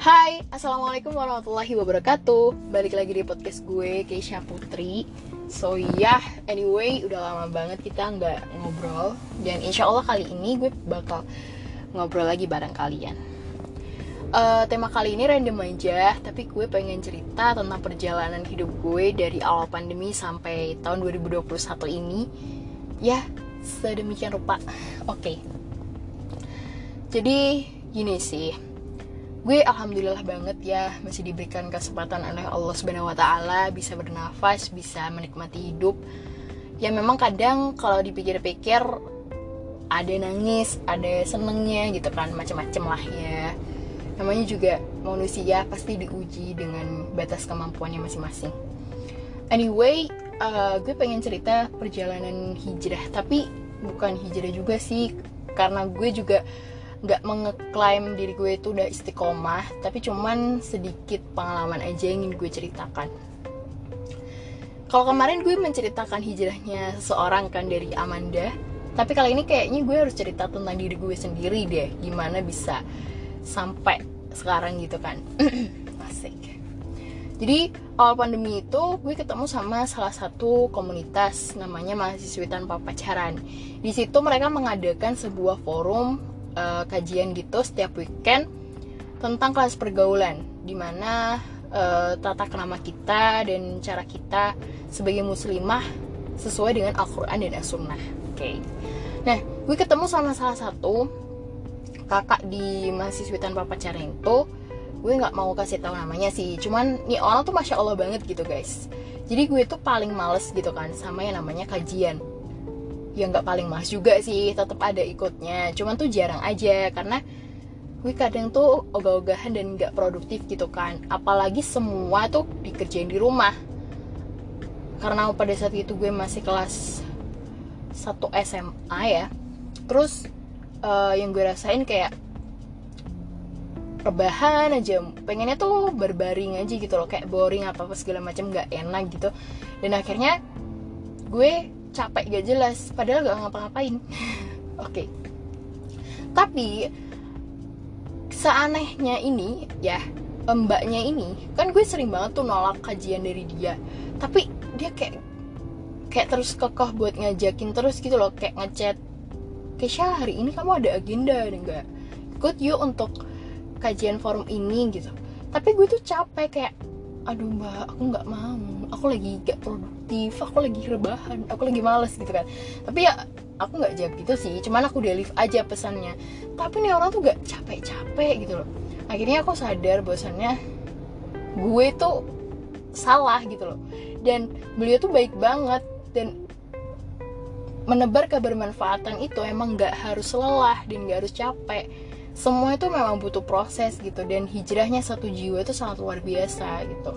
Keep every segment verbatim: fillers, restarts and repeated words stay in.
Hai, Assalamualaikum warahmatullahi wabarakatuh. Balik lagi di podcast gue, Keisha Putri. So ya, yeah, anyway, udah lama banget kita nggak ngobrol. Dan insya Allah kali ini gue bakal ngobrol lagi bareng kalian. uh, Tema kali ini random aja, tapi gue pengen cerita tentang perjalanan hidup gue dari awal pandemi sampai tahun dua ribu dua puluh satu ini. Ya, sedemikian rupa. Oke okay. Jadi, gini sih, gue alhamdulillah banget ya masih diberikan kesempatan oleh Allah Subhanahu Wa Taala bisa bernafas, bisa menikmati hidup. Ya memang kadang kalau dipikir-pikir ada nangis, ada senengnya gitu kan, macam-macam lah ya. Namanya juga manusia pasti diuji dengan batas kemampuannya masing-masing. Anyway, uh, gue pengen cerita perjalanan hijrah, tapi bukan hijrah juga sih, karena gue juga gak mengeklaim diri gue itu udah istiqomah, tapi cuman sedikit pengalaman aja yang ingin gue ceritakan. Kalau kemarin gue menceritakan hijrahnya seseorang kan dari Amanda, tapi kali ini kayaknya gue harus cerita tentang diri gue sendiri deh, gimana bisa sampai sekarang gitu kan. Asik. Jadi awal pandemi itu gue ketemu sama salah satu komunitas namanya Mahasiswi Tanpa Pacaran. Di situ mereka mengadakan sebuah forum Uh, kajian gitu setiap weekend tentang kelas pergaulan, dimana uh, tata krama kita dan cara kita sebagai muslimah sesuai dengan Al-Quran dan As-Sunnah. Oke, okay. Nah, gue ketemu sama salah satu kakak di Mahasiswi Tanpa Pacaran itu. Gue nggak mau kasih tahu namanya sih, cuman nih orang tuh masya Allah banget gitu guys. Jadi gue tuh paling males gitu kan sama yang namanya kajian. Ya nggak paling males juga sih, tetap ada ikutnya, cuman tuh jarang aja karena gue kadang tuh ogah-ogahan dan nggak produktif gitu kan, apalagi semua tuh dikerjain di rumah. Karena pada saat itu gue masih kelas satu S M A ya, terus uh, yang gue rasain kayak rebahan aja, pengennya tuh berbaring aja gitu loh, kayak boring apa-apa segala macam, nggak enak gitu. Dan akhirnya gue capek gak jelas, padahal gak ngapa-ngapain. Oke, okay. Tapi seanehnya ini ya, mbaknya ini kan gue sering banget tuh nolak kajian dari dia, tapi dia kayak kayak terus kekeh buat ngajakin terus gitu loh, kayak ngechat, Keisha hari ini kamu ada agenda enggak, ikut yuk untuk kajian forum ini gitu. Tapi gue tuh capek, kayak aduh mbak, aku nggak mau, aku lagi gak produktif, aku lagi rebahan, aku lagi males gitu kan. Tapi ya aku nggak jawab gitu sih, cuman aku udah leave aja pesannya. Tapi nih orang tuh gak capek-capek gitu loh. Akhirnya aku sadar bahwasannya gue tuh salah gitu loh, dan beliau tuh baik banget, dan menebar kebermanfaatan itu emang nggak harus lelah dan nggak harus capek. Semua itu memang butuh proses gitu, dan hijrahnya satu jiwa itu sangat luar biasa gitu.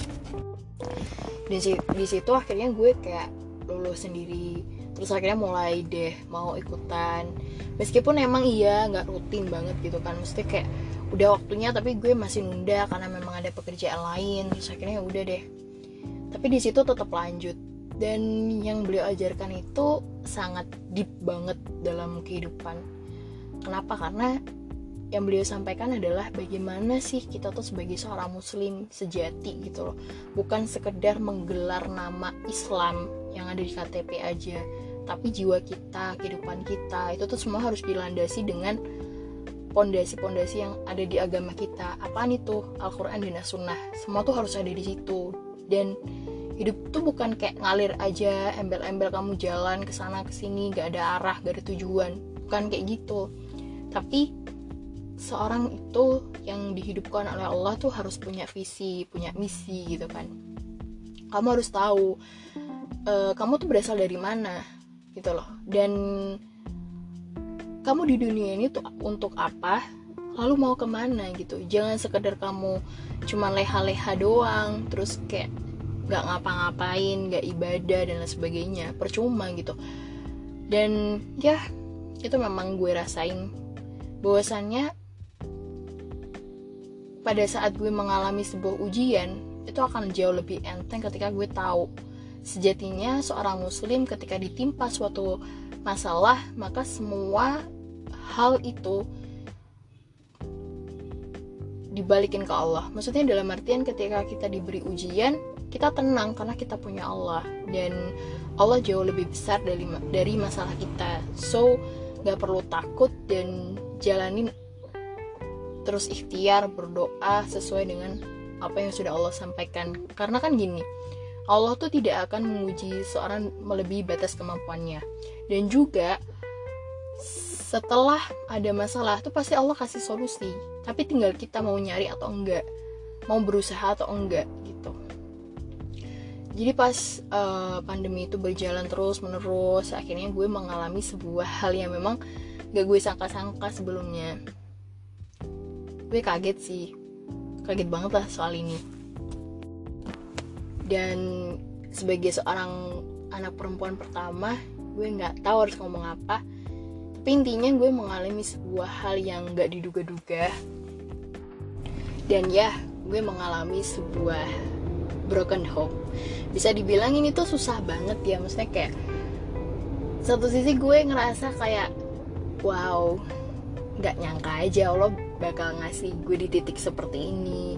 Di, di situ akhirnya gue kayak lulus sendiri, terus akhirnya mulai deh mau ikutan, meskipun emang iya nggak rutin banget gitu kan, mesti kayak udah waktunya tapi gue masih nunda karena memang ada pekerjaan lain. Terus akhirnya udah deh, tapi di situ tetap lanjut, dan yang beliau ajarkan itu sangat deep banget dalam kehidupan. Kenapa? Karena yang beliau sampaikan adalah bagaimana sih kita tuh sebagai seorang muslim sejati gitu loh, bukan sekedar menggelar nama Islam yang ada di K T P aja, tapi jiwa kita, kehidupan kita itu tuh semua harus dilandasi dengan pondasi-pondasi yang ada di agama kita. Apaan itu? Al-Quran dan As-Sunnah. Semua tuh harus ada di situ. Dan hidup tuh bukan kayak ngalir aja, embel-embel kamu jalan kesana kesini, gak ada arah, gak ada tujuan, bukan kayak gitu. Tapi seorang itu yang dihidupkan oleh Allah tuh harus punya visi, punya misi gitu kan. Kamu harus tahu uh, kamu tuh berasal dari mana gitu loh, dan kamu di dunia ini tuh untuk apa, lalu mau kemana gitu. Jangan sekedar kamu cuman leha-leha doang, terus kayak gak ngapa-ngapain, gak ibadah dan lain sebagainya, percuma gitu. Dan ya itu memang gue rasain bahwasannya pada saat gue mengalami sebuah ujian, itu akan jauh lebih enteng ketika gue tahu sejatinya seorang muslim ketika ditimpa suatu masalah, maka semua hal itu dibalikin ke Allah. Maksudnya dalam artian ketika kita diberi ujian, kita tenang karena kita punya Allah, dan Allah jauh lebih besar dari dari masalah kita. So gak perlu takut dan jalanin terus ikhtiar, berdoa sesuai dengan apa yang sudah Allah sampaikan. Karena kan gini, Allah tuh tidak akan menguji seorang melebihi batas kemampuannya. Dan juga setelah ada masalah tuh pasti Allah kasih solusi, tapi tinggal kita mau nyari atau enggak, mau berusaha atau enggak gitu. Jadi pas uh, pandemi itu berjalan terus menerus, akhirnya gue mengalami sebuah hal yang memang gak gue sangka-sangka sebelumnya. Gue kaget sih, kaget banget lah soal ini. Dan sebagai seorang anak perempuan pertama, gue nggak tahu harus ngomong apa. Tapi intinya gue mengalami sebuah hal yang nggak diduga-duga. Dan ya, gue mengalami sebuah broken home. Bisa dibilang ini tuh susah banget ya, maksudnya kayak satu sisi gue ngerasa kayak wow, nggak nyangka aja Allah bakal ngasih gue di titik seperti ini,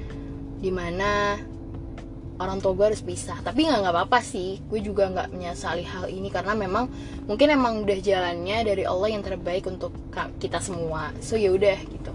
dimana orang tua gue harus pisah. Tapi nggak nggak apa-apa sih, gue juga nggak menyesali hal ini karena memang mungkin emang udah jalannya dari Allah yang terbaik untuk kita semua. So ya udah gitu.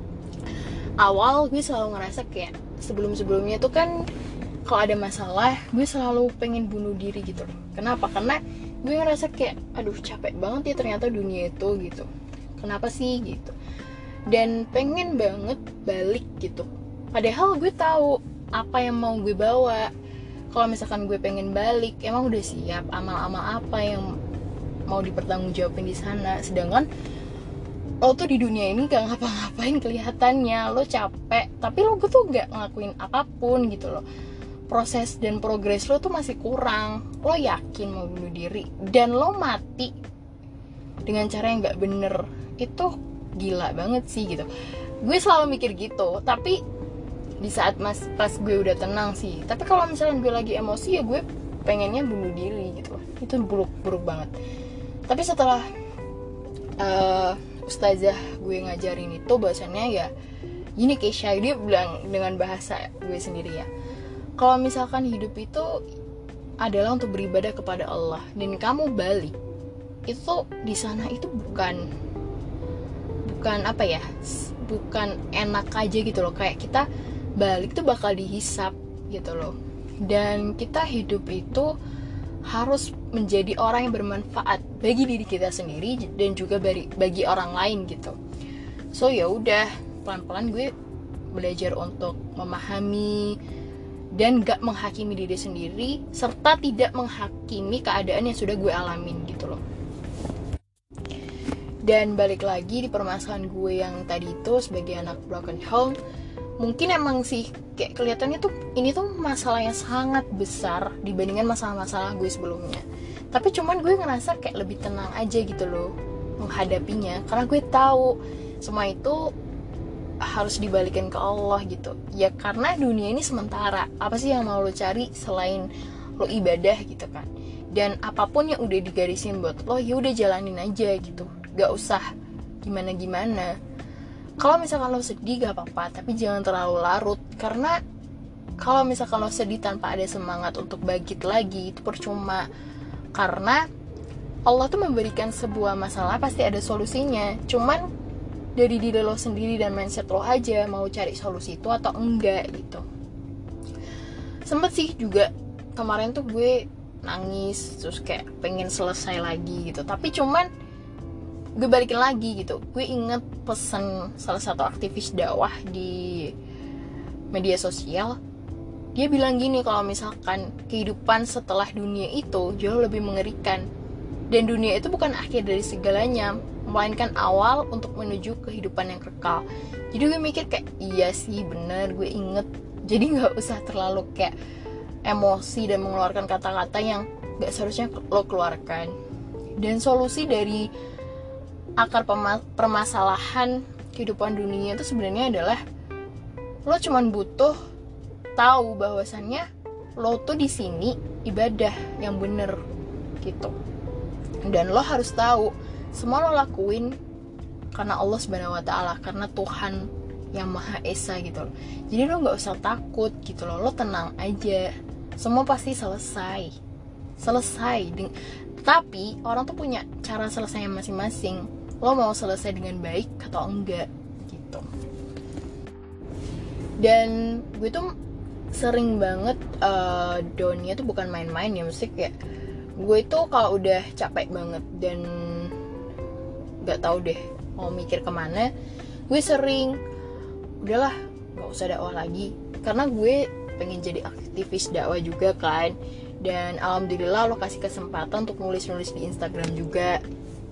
Awal gue selalu ngerasa kayak sebelum-sebelumnya tuh kan kalau ada masalah gue selalu pengen bunuh diri gitu loh. Kenapa? Karena gue ngerasa kayak aduh capek banget ya ternyata dunia itu gitu. Kenapa sih gitu? Dan pengen banget balik gitu. Padahal gue tahu apa yang mau gue bawa. Kalau misalkan gue pengen balik, emang udah siap amal-amal apa yang mau dipertanggungjawabin di sana. Sedangkan lo tuh di dunia ini gak ngapa-ngapain kelihatannya, lo capek, tapi lo tuh gak ngelakuin apapun gitu loh. Proses dan progres lo tuh masih kurang. Lo yakin mau bunuh diri dan lo mati dengan cara yang gak bener, itu gila banget sih gitu. Gue selalu mikir gitu, tapi di saat mas pas gue udah tenang sih. Tapi kalau misalnya gue lagi emosi ya gue pengennya bunuh diri gitu. Itu buruk-buruk banget. Tapi setelah uh, ustazah gue ngajarin itu bahasanya ya gini, Keisha, dia bilang dengan bahasa gue sendiri ya, kalau misalkan hidup itu adalah untuk beribadah kepada Allah dan kamu balik, itu di sana itu bukan bukan apa ya, bukan enak aja gitu loh. Kayak kita balik tuh bakal dihisap gitu loh. Dan kita hidup itu harus menjadi orang yang bermanfaat bagi diri kita sendiri dan juga bagi, bagi orang lain gitu. So ya udah, pelan-pelan gue belajar untuk memahami dan gak menghakimi diri sendiri, serta tidak menghakimi keadaan yang sudah gue alamin gitu loh. Dan balik lagi di permasalahan gue yang tadi itu sebagai anak broken home, mungkin emang sih kayak kelihatannya tuh ini tuh masalah yang sangat besar dibandingkan masalah-masalah gue sebelumnya. Tapi cuman gue ngerasa kayak lebih tenang aja gitu loh menghadapinya, karena gue tahu semua itu harus dibalikin ke Allah gitu. Ya karena dunia ini sementara. Apa sih yang mau lo cari selain lo ibadah gitu kan? Dan apapun yang udah digarisin buat lo, ya udah jalanin aja gitu. Gak usah gimana-gimana. Kalau misalkan lo sedih gak apa-apa, tapi jangan terlalu larut. Karena kalau misalkan lo sedih tanpa ada semangat untuk bangkit lagi, itu percuma. Karena Allah tuh memberikan sebuah masalah pasti ada solusinya. Cuman dari diri lo sendiri dan mindset lo aja mau cari solusi itu atau enggak gitu. Sempet sih juga kemarin tuh gue nangis, terus kayak pengen selesai lagi gitu. Tapi cuman gue balikin lagi gitu. Gue inget pesan salah satu aktivis dakwah di media sosial. Dia bilang gini, kalau misalkan kehidupan setelah dunia itu jauh lebih mengerikan, dan dunia itu bukan akhir dari segalanya, melainkan awal untuk menuju kehidupan yang kekal. Jadi gue mikir kayak iya sih bener, gue inget. Jadi gak usah terlalu kayak emosi dan mengeluarkan kata-kata yang gak seharusnya lo keluarkan. Dan solusi dari akar permasalahan kehidupan dunia itu sebenarnya adalah lo cuman butuh tahu bahwasannya lo tuh di sini ibadah yang bener gitu. Dan lo harus tahu semua lo lakuin karena Allah Subhanahu wa taala, karena Tuhan yang Maha Esa gitu loh. Jadi lo nggak usah takut gitu loh, lo tenang aja, semua pasti selesai selesai Deng- tapi orang tuh punya cara selesainya masing-masing. Lo mau selesai dengan baik atau enggak gitu. Dan gue tuh sering banget uh, downnya tuh bukan main-main ya, mesti kayak gue itu kalau udah capek banget dan nggak tahu deh mau mikir kemana, gue sering udahlah nggak usah dakwah lagi, karena gue pengen jadi aktivis dakwah juga kan. Dan alhamdulillah lo kasih kesempatan untuk nulis-nulis di Instagram juga.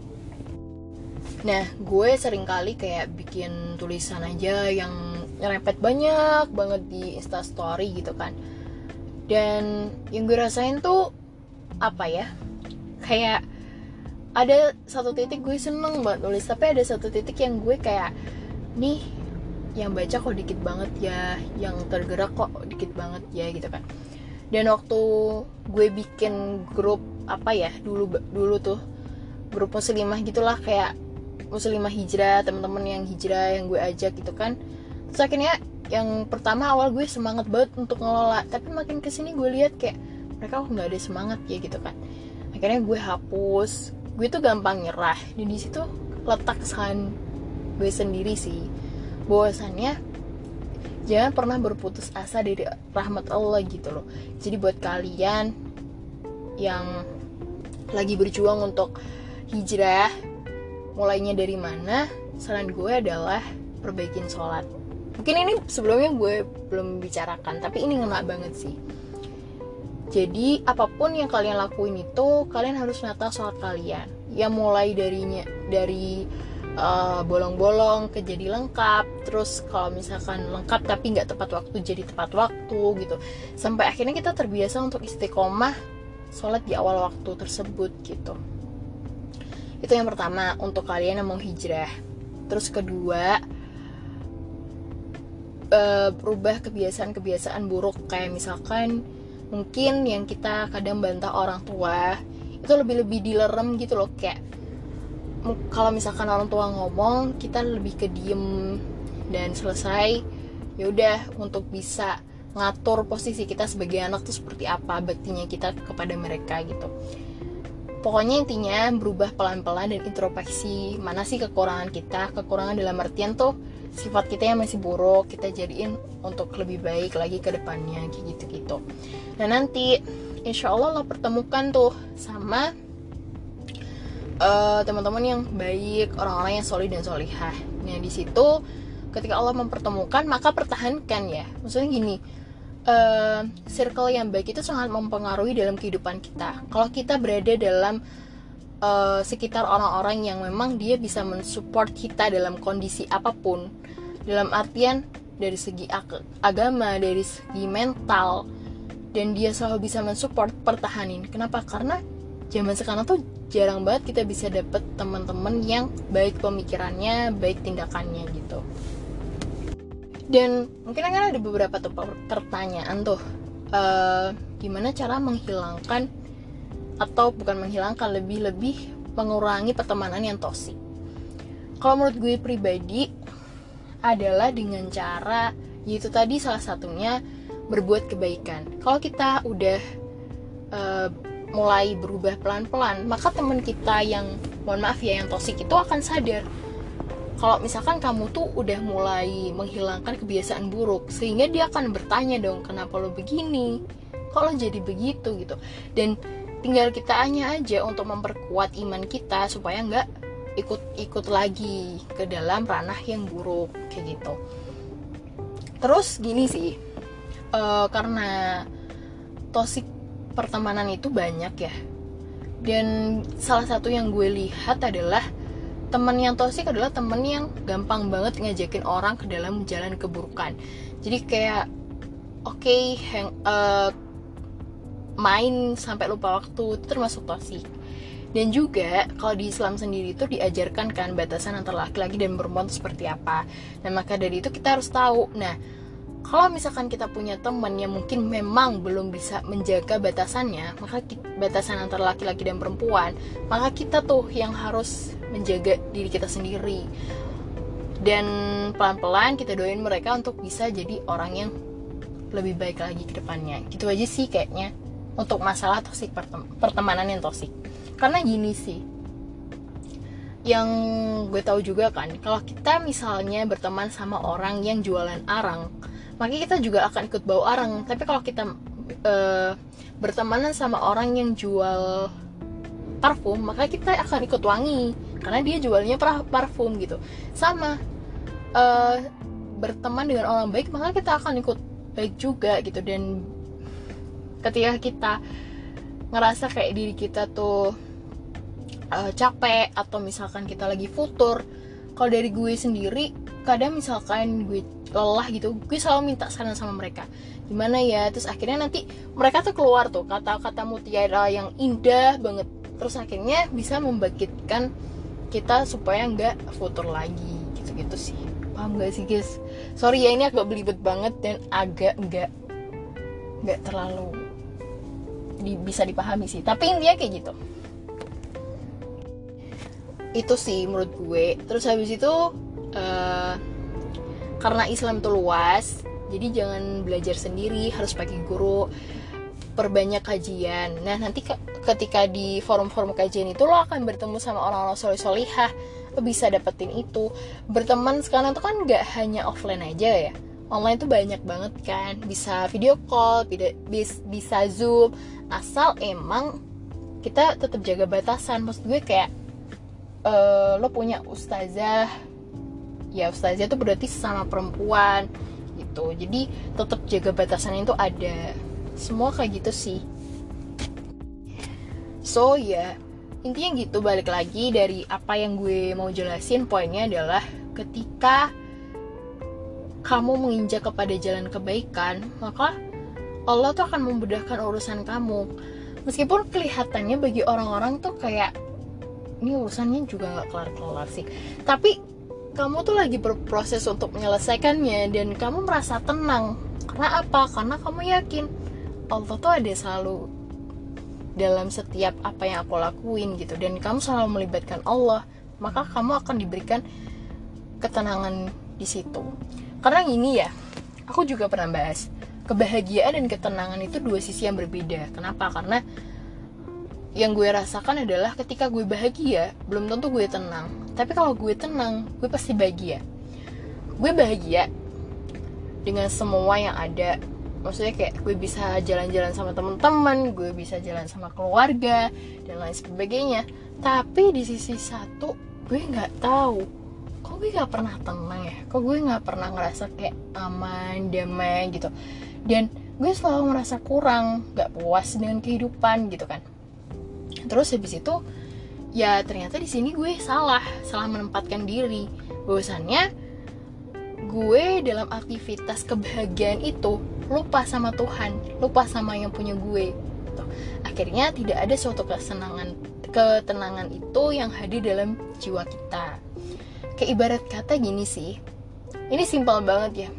Nah, gue sering kali kayak bikin tulisan aja yang nyerempet banyak banget di Instastory gitu kan. Dan yang gue rasain tuh apa ya, kayak ada satu titik gue seneng banget nulis, tapi ada satu titik yang gue kayak, nih yang baca kok dikit banget ya, yang tergerak kok dikit banget ya gitu kan. Dan waktu gue bikin grup apa ya dulu dulu tuh grup muslimah gitulah, kayak muslimah hijrah, teman-teman yang hijrah yang gue ajak gitu kan. Terus akhirnya yang pertama awal gue semangat banget untuk ngelola, tapi makin kesini gue lihat kayak mereka kok nggak ada semangat ya gitu kan. Akhirnya gue hapus. Gue tuh gampang nyerah, dan di situ letak kesalahan gue sendiri sih, bahwasannya jangan pernah berputus asa dari rahmat Allah gitu loh. Jadi buat kalian yang lagi berjuang untuk hijrah, mulainya dari mana? Saran gue adalah perbaikin sholat. Mungkin ini sebelumnya gue belum bicarakan, tapi ini ngena banget sih. Jadi apapun yang kalian lakuin itu, kalian harus nata sholat kalian. Ya mulai darinya dari Uh, bolong-bolong ke jadi lengkap, terus kalau misalkan lengkap tapi nggak tepat waktu jadi tepat waktu gitu, sampai akhirnya kita terbiasa untuk istiqomah sholat di awal waktu tersebut gitu. Itu yang pertama untuk kalian yang mau hijrah. Terus kedua, uh, berubah kebiasaan-kebiasaan buruk, kayak misalkan mungkin yang kita kadang bantah orang tua itu lebih-lebih dilerem gitu loh, kayak kalau misalkan orang tua ngomong kita lebih ke diem dan selesai. Ya udah, untuk bisa ngatur posisi kita sebagai anak tuh seperti apa baktinya kita kepada mereka gitu. Pokoknya intinya berubah pelan-pelan dan introspeksi mana sih kekurangan kita. Kekurangan dalam artian tuh sifat kita yang masih buruk, kita jadiin untuk lebih baik lagi ke depannya kayak gitu-gitu. Nah nanti insya Allah lo pertemukan tuh sama Uh, teman-teman yang baik, orang-orang yang solih dan solihah. Nah di situ ketika Allah mempertemukan, maka pertahankan ya. Maksudnya gini, uh, circle yang baik itu sangat mempengaruhi dalam kehidupan kita. Kalau kita berada dalam uh, sekitar orang-orang yang memang dia bisa mensupport kita dalam kondisi apapun, dalam artian dari segi ag- agama, dari segi mental, dan dia selalu bisa mensupport, pertahanin. Kenapa? Karena zaman sekarang tuh jarang banget kita bisa dapet teman-teman yang baik pemikirannya, baik tindakannya gitu. Dan mungkin akan ada beberapa tuh pertanyaan tuh, uh, gimana cara menghilangkan atau bukan menghilangkan, lebih-lebih mengurangi pertemanan yang toksik. Kalau menurut gue pribadi adalah dengan cara, yaitu tadi salah satunya berbuat kebaikan. Kalau kita udah uh, mulai berubah pelan-pelan, maka teman kita yang mohon maaf ya yang toksik itu akan sadar kalau misalkan kamu tuh udah mulai menghilangkan kebiasaan buruk, sehingga dia akan bertanya dong, kenapa lo begini, kok lo jadi begitu gitu. Dan tinggal kita hanya aja untuk memperkuat iman kita supaya nggak ikut-ikut lagi ke dalam ranah yang buruk kayak gitu. Terus gini sih, uh, karena toksik pertemanan itu banyak ya, dan salah satu yang gue lihat adalah teman yang toksik adalah teman yang gampang banget ngajakin orang ke dalam jalan keburukan. Jadi kayak oke okay, hang, uh, main sampai lupa waktu, itu termasuk toksik. Dan juga kalau di Islam sendiri itu diajarkan kan batasan antara laki-laki dan perempuan seperti apa. Nah maka dari itu kita harus tahu. Nah kalau misalkan kita punya teman yang mungkin memang belum bisa menjaga batasannya, maka kita, batasan antara laki-laki dan perempuan, maka kita tuh yang harus menjaga diri kita sendiri. Dan pelan-pelan kita doain mereka untuk bisa jadi orang yang lebih baik lagi ke depannya. Gitu aja sih kayaknya untuk masalah toksik pertem- pertemanan yang toksik. Karena gini sih, yang gue tahu juga kan, kalau kita misalnya berteman sama orang yang jualan arang, maka kita juga akan ikut bau arang. Tapi kalau kita uh, bertemanan sama orang yang jual parfum, maka kita akan ikut wangi karena dia jualnya parfum gitu. Sama uh, berteman dengan orang baik, maka kita akan ikut baik juga gitu. Dan ketika kita ngerasa kayak diri kita tuh uh, capek atau misalkan kita lagi futur, kalau dari gue sendiri kadang misalkan gue lelah gitu, gue selalu minta saran sama mereka, gimana ya, terus akhirnya nanti mereka tuh keluar tuh kata-kata mutiara yang indah banget, terus akhirnya bisa membangkitkan kita supaya nggak futur lagi gitu-gitu sih. Paham gak sih guys? Sorry ya, ini agak belibet banget dan agak nggak nggak terlalu di, bisa dipahami sih, tapi intinya kayak gitu. Itu sih menurut gue. Terus habis itu uh, karena Islam itu luas, jadi jangan belajar sendiri, harus pakai guru, perbanyak kajian. Nah nanti ke, ketika di forum-forum kajian itu lo akan bertemu sama orang-orang soleh-solihah, lo bisa dapetin itu. Berteman sekarang tuh kan nggak hanya offline aja ya, online tuh banyak banget kan, bisa video call, bisa Zoom, asal emang kita tetap jaga batasan. Maksud gue kayak uh, lo punya ustazah, ya ustazah tuh berarti sama perempuan gitu, jadi tetap jaga batasan itu ada. Semua kayak gitu sih. So ya yeah, intinya gitu. Balik lagi dari apa yang gue mau jelasin, poinnya adalah ketika kamu menginjak kepada jalan kebaikan, maka Allah tuh akan memudahkan urusan kamu. Meskipun kelihatannya bagi orang-orang tuh kayak ini urusannya juga gak kelar-kelar sih, tapi kamu tuh lagi berproses untuk menyelesaikannya dan kamu merasa tenang. Karena apa? Karena kamu yakin Allah tuh ada selalu dalam setiap apa yang aku lakuin gitu, dan kamu selalu melibatkan Allah, maka kamu akan diberikan ketenangan di situ. Karena gini ya, aku juga pernah bahas, kebahagiaan dan ketenangan itu dua sisi yang berbeda. Kenapa? Karena yang gue rasakan adalah ketika gue bahagia, belum tentu gue tenang. Tapi kalau gue tenang, gue pasti bahagia. Gue bahagia dengan semua yang ada. Maksudnya kayak gue bisa jalan-jalan sama teman-teman, gue bisa jalan sama keluarga dan lain sebagainya. Tapi di sisi satu, gue nggak tahu, kok gue nggak pernah tenang ya, kok gue nggak pernah ngerasa kayak aman, damai gitu. Dan gue selalu merasa kurang, nggak puas dengan kehidupan gitu kan. Terus habis itu, ya ternyata di sini gue salah, salah menempatkan diri. Bahwasannya gue dalam aktivitas kebahagiaan itu lupa sama Tuhan, lupa sama yang punya gue. Akhirnya tidak ada suatu kesenangan, ketenangan itu yang hadir dalam jiwa kita. Kayak ibarat kata gini sih, ini simpel banget ya.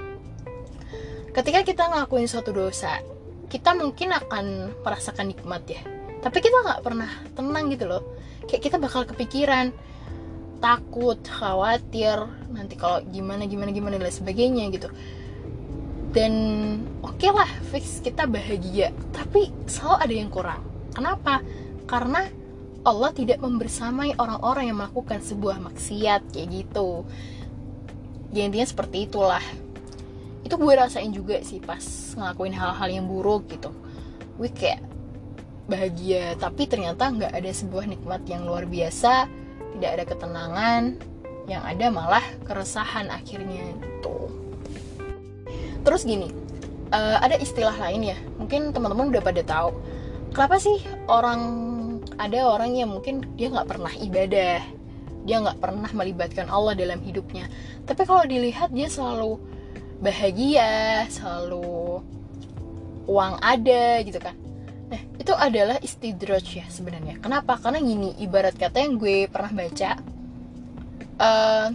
Ketika kita ngelakuin suatu dosa, kita mungkin akan merasakan nikmat ya, tapi kita nggak pernah tenang gitu loh. Kayak kita bakal kepikiran, takut, khawatir nanti kalau gimana gimana gimana dan sebagainya gitu. Dan oke okay lah, fix kita bahagia, tapi selalu ada yang kurang. Kenapa? Karena Allah tidak membersamai orang-orang yang melakukan sebuah maksiat kayak gitu. Ya intinya seperti itulah. Itu gue rasain juga sih pas ngelakuin hal-hal yang buruk gitu. Gue kayak bahagia, tapi ternyata gak ada sebuah nikmat yang luar biasa, tidak ada ketenangan, yang ada malah keresahan akhirnya gitu. Terus gini, uh, ada istilah lain ya, mungkin teman-teman udah pada tahu. Kenapa sih orang, ada orang yang mungkin dia gak pernah ibadah, dia gak pernah melibatkan Allah dalam hidupnya, tapi kalau dilihat dia selalu bahagia, selalu uang ada gitu kan. Nah, itu adalah istidraj ya sebenarnya. Kenapa? Karena gini, ibarat kata yang gue pernah baca, uh,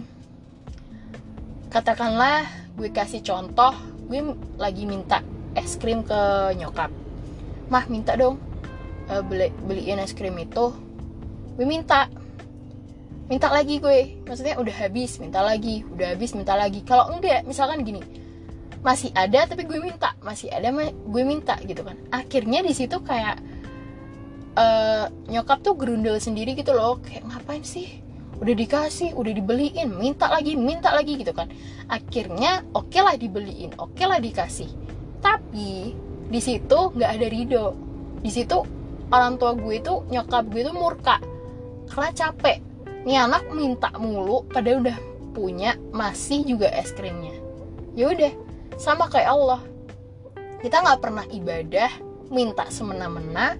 katakanlah gue kasih contoh, gue lagi minta es krim ke nyokap. Mah, minta dong uh, beli, beliin es krim itu. Gue minta. minta lagi gue, maksudnya udah habis minta lagi, udah habis minta lagi. Kalau enggak, misalkan gini, masih ada tapi gue minta, masih ada gue minta gitu kan, akhirnya di situ kayak uh, nyokap tuh gerundel sendiri gitu loh, kayak ngapain sih, udah dikasih, udah dibeliin, minta lagi, minta lagi gitu kan. Akhirnya oke okay lah dibeliin, oke okay lah dikasih, tapi di situ nggak ada ridho. Di situ orang tua gue itu, nyokap gue itu murka karena capek nih anak minta mulu, padahal udah punya, masih juga es krimnya. Ya udah, sama kayak Allah, kita nggak pernah ibadah minta semena-mena,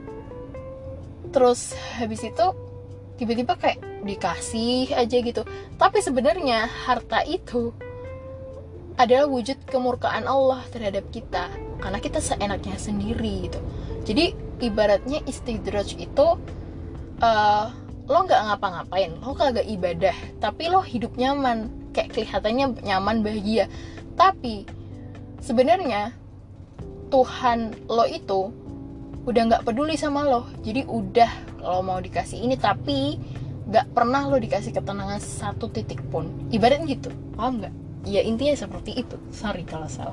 terus habis itu tiba-tiba kayak dikasih aja gitu. Tapi sebenarnya harta itu adalah wujud kemurkaan Allah terhadap kita, karena kita seenaknya sendiri gitu. Jadi ibaratnya istidraj itu uh, lo nggak ngapa-ngapain, lo kagak ibadah, tapi lo hidup nyaman, kayak kelihatannya nyaman, bahagia. Tapi sebenarnya Tuhan lo itu udah nggak peduli sama lo. Jadi udah lo mau dikasih ini, tapi nggak pernah lo dikasih ketenangan satu titik pun. Ibarat gitu, paham nggak? Ya intinya seperti itu. Sorry kalau salah.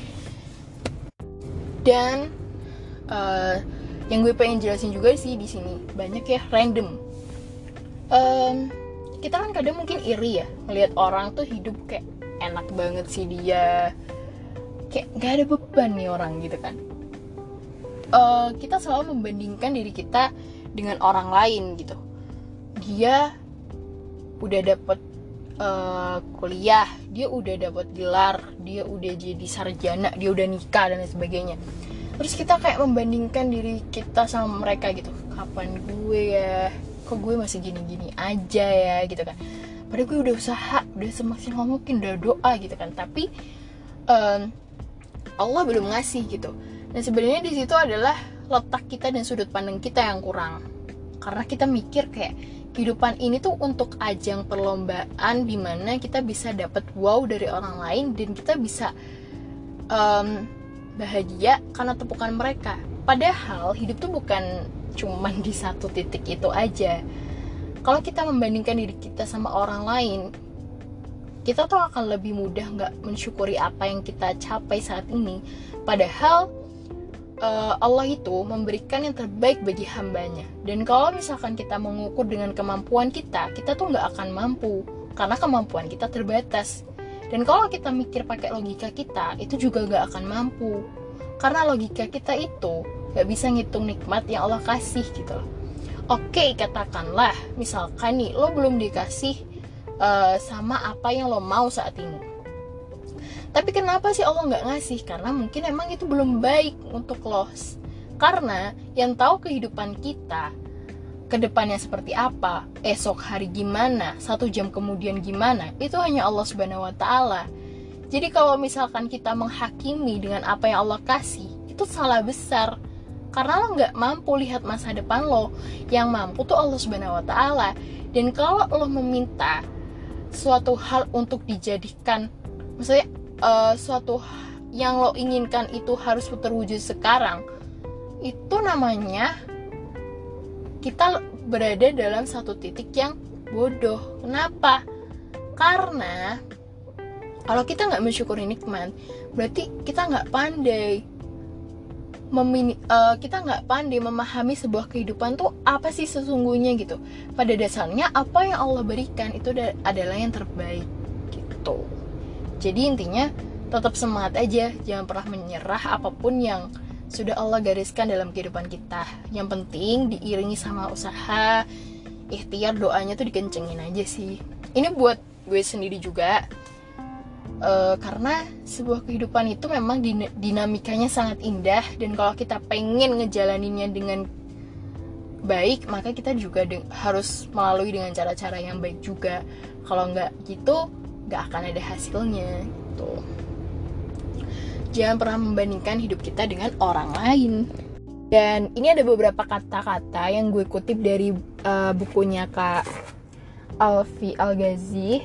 Dan uh, yang gue pengen jelasin juga sih di sini, banyak ya random. Um, kita kan kadang mungkin iri ya ngelihat orang tuh hidup kayak enak banget sih dia, kayak nggak ada beban nih orang gitu kan. Uh, kita selalu membandingkan diri kita dengan orang lain gitu. Dia udah dapet uh, kuliah, dia udah dapet gelar, dia udah jadi sarjana, dia udah nikah dan lain sebagainya. Terus kita kayak membandingkan diri kita sama mereka gitu. Kapan gue ya, kok gue masih gini-gini aja ya gitu kan. Padahal gue udah usaha, udah semaksimal mungkin, udah doa gitu kan. Tapi um, Allah belum ngasih gitu. Dan sebenarnya di situ adalah letak kita dan sudut pandang kita yang kurang. Karena kita mikir kayak kehidupan ini tuh untuk ajang perlombaan di mana kita bisa dapat wow dari orang lain dan kita bisa um, bahagia karena tepukan mereka. Padahal hidup tuh bukan cuman di satu titik itu aja. Kalau kita membandingkan diri kita sama orang lain, kita tuh akan lebih mudah gak mensyukuri apa yang kita capai saat ini. Padahal uh, Allah itu memberikan yang terbaik bagi hambanya. Dan kalau misalkan kita mengukur dengan kemampuan kita, kita tuh gak akan mampu, karena kemampuan kita terbatas. Dan kalau kita mikir pakai logika kita, itu juga gak akan mampu, karena logika kita itu gak bisa ngitung nikmat yang Allah kasih gitu loh. Oke, katakanlah misalkan nih lo belum dikasih uh, sama apa yang lo mau saat ini. Tapi kenapa sih Allah gak ngasih? Karena mungkin emang itu belum baik untuk lo. Karena yang tahu kehidupan kita kedepannya seperti apa, esok hari gimana, satu jam kemudian gimana, itu hanya Allah Subhanahu Wa Taala. Jadi kalau misalkan kita menghakimi dengan apa yang Allah kasih, itu salah besar. Karena lo gak mampu lihat masa depan lo. Yang mampu tuh Allah Subhanahu Wa Taala. Dan kalau lo meminta suatu hal untuk dijadikan, maksudnya uh, suatu yang lo inginkan itu harus terwujud sekarang, itu namanya kita berada dalam satu titik yang bodoh. Kenapa? Karena kalau kita gak mensyukuri nikmat, berarti kita gak pandai Memini, uh, kita nggak pandai memahami sebuah kehidupan tuh apa sih sesungguhnya gitu. Pada dasarnya apa yang Allah berikan itu da- adalah yang terbaik gitu. Jadi intinya tetap semangat aja, jangan pernah menyerah apapun yang sudah Allah gariskan dalam kehidupan kita. Yang penting diiringi sama usaha, ikhtiar, doanya tuh dikencengin aja sih. Ini buat gue sendiri juga. Uh, karena sebuah kehidupan itu memang din- dinamikanya sangat indah, dan kalau kita pengen ngejalaninnya dengan baik, maka kita juga de- harus melalui dengan cara-cara yang baik juga. Kalau nggak gitu, nggak akan ada hasilnya gitu. Jangan pernah membandingkan hidup kita dengan orang lain. Dan ini ada beberapa kata-kata yang gue kutip dari uh, bukunya Kak Alfi Al-Ghazi.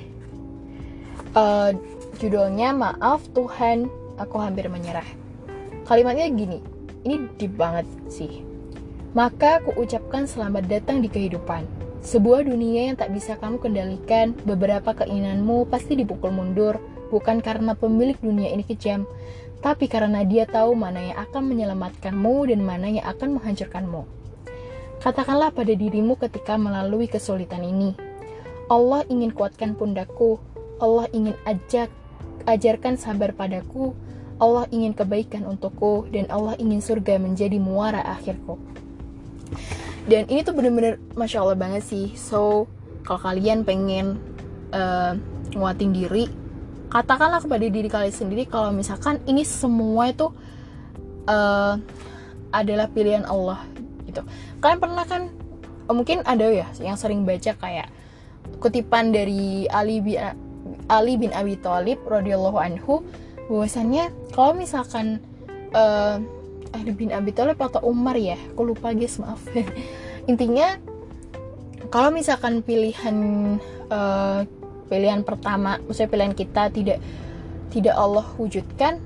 Uh, Judulnya Maaf Tuhan, Aku Hampir Menyerah. Kalimatnya gini, ini deep banget sih. Maka aku ucapkan selamat datang di kehidupan. Sebuah dunia yang tak bisa kamu kendalikan, beberapa keinginanmu pasti dipukul mundur, bukan karena pemilik dunia ini kejam, tapi karena dia tahu mana yang akan menyelamatkanmu dan mana yang akan menghancurkanmu. Katakanlah pada dirimu ketika melalui kesulitan ini, Allah ingin kuatkan pundakku, Allah ingin ajak, ajarkan sabar padaku, Allah ingin kebaikan untukku, dan Allah ingin surga menjadi muara akhirku. Dan ini tuh bener-bener Masya Allah banget sih. So, kalau kalian pengen uh, nguatin diri, katakanlah kepada diri kalian sendiri kalau misalkan ini semua itu uh, adalah pilihan Allah gitu. Kalian pernah kan, uh, mungkin ada ya yang sering baca kayak kutipan dari Ali bin, Ali bin Abi Thalib radhiyallahu anhu, bahwasannya kalau misalkan uh, Ali bin Abi Thalib atau Umar ya, aku lupa guys, maaf. Intinya kalau misalkan pilihan uh, pilihan pertama, maksudnya pilihan kita tidak tidak Allah wujudkan,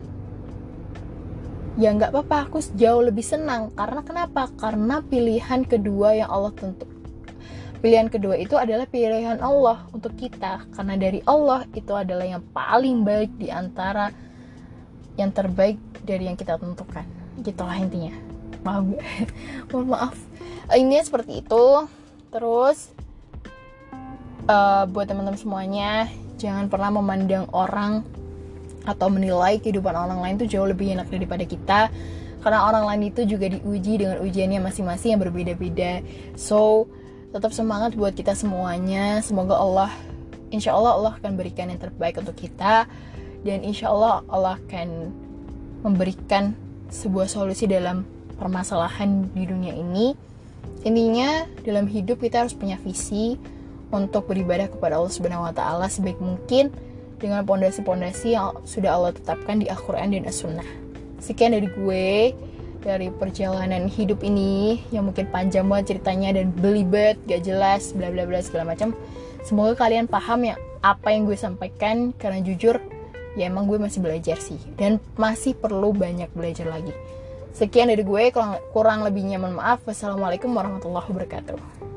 ya nggak apa-apa, aku jauh lebih senang. Karena kenapa? Karena pilihan kedua yang Allah tentu, pilihan kedua itu adalah pilihan Allah untuk kita. Karena dari Allah itu adalah yang paling baik di antara yang terbaik dari yang kita tentukan. Gitulah intinya. Maaf, mohon maaf. Intinya seperti itu. Terus uh, buat teman-teman semuanya, jangan pernah memandang orang atau menilai kehidupan orang lain itu jauh lebih enak daripada kita. Karena orang lain itu juga diuji dengan ujiannya masing-masing yang berbeda-beda. So, tetap semangat buat kita semuanya. Semoga Allah, insya Allah Allah akan berikan yang terbaik untuk kita. Dan insya Allah Allah akan memberikan sebuah solusi dalam permasalahan di dunia ini. Intinya dalam hidup kita harus punya visi untuk beribadah kepada Allah Subhanahu wa taala sebaik mungkin dengan pondasi-pondasi yang sudah Allah tetapkan di Al-Qur'an dan As-Sunnah. Sekian dari gue, dari perjalanan hidup ini yang mungkin panjang banget ceritanya dan belibet, gak jelas, bla bla bla segala macam. Semoga kalian paham ya apa yang gue sampaikan, karena jujur ya emang gue masih belajar sih, dan masih perlu banyak belajar lagi. Sekian dari gue, kurang, kurang lebihnya mohon maaf. Wassalamualaikum warahmatullahi wabarakatuh.